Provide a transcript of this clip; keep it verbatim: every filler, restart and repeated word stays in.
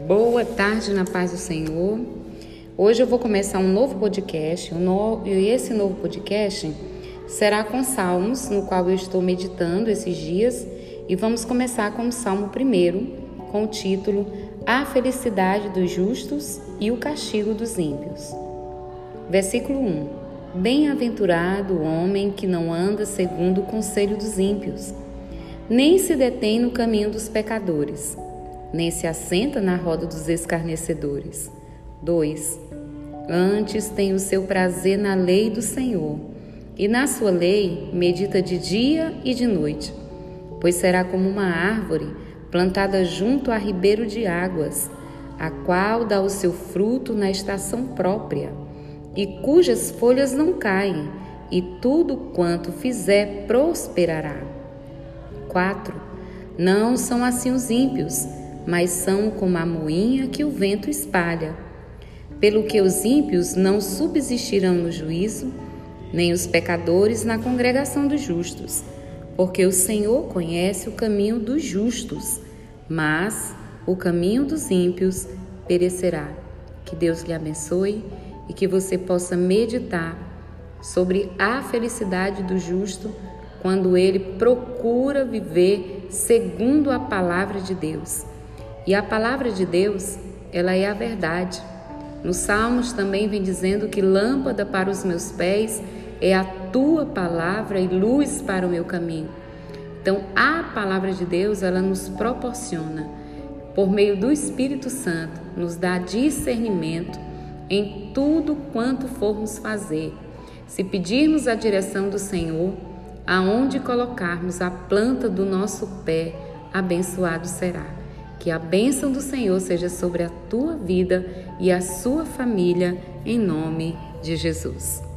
Boa tarde na paz do Senhor. Hoje eu vou começar um novo podcast um no... e esse novo podcast será com salmos, no qual eu estou meditando esses dias, e vamos começar com o Salmo primeiro, com o título A Felicidade dos Justos e o Castigo dos Ímpios. Versículo um. Bem-aventurado o homem que não anda segundo o conselho dos ímpios, nem se detém no caminho dos pecadores, nem se assenta na roda dos escarnecedores. dois. Antes tem o seu prazer na lei do Senhor, e na sua lei medita de dia e de noite, pois será como uma árvore plantada junto a ribeiro de águas, a qual dá o seu fruto na estação própria, e cujas folhas não caem, e tudo quanto fizer prosperará. quatro. Não são assim os ímpios, mas são como a moinha que o vento espalha. Pelo que os ímpios não subsistirão no juízo, nem os pecadores na congregação dos justos, porque o Senhor conhece o caminho dos justos, mas o caminho dos ímpios perecerá. Que Deus lhe abençoe e que você possa meditar sobre a felicidade do justo quando ele procura viver segundo a palavra de Deus. E a palavra de Deus, ela é a verdade. Nos Salmos também vem dizendo que lâmpada para os meus pés é a tua palavra e luz para o meu caminho. Então, a palavra de Deus, ela nos proporciona, por meio do Espírito Santo, nos dá discernimento em tudo quanto formos fazer. Se pedirmos a direção do Senhor, aonde colocarmos a planta do nosso pé, abençoado será. Que a bênção do Senhor seja sobre a tua vida e a sua família, em nome de Jesus.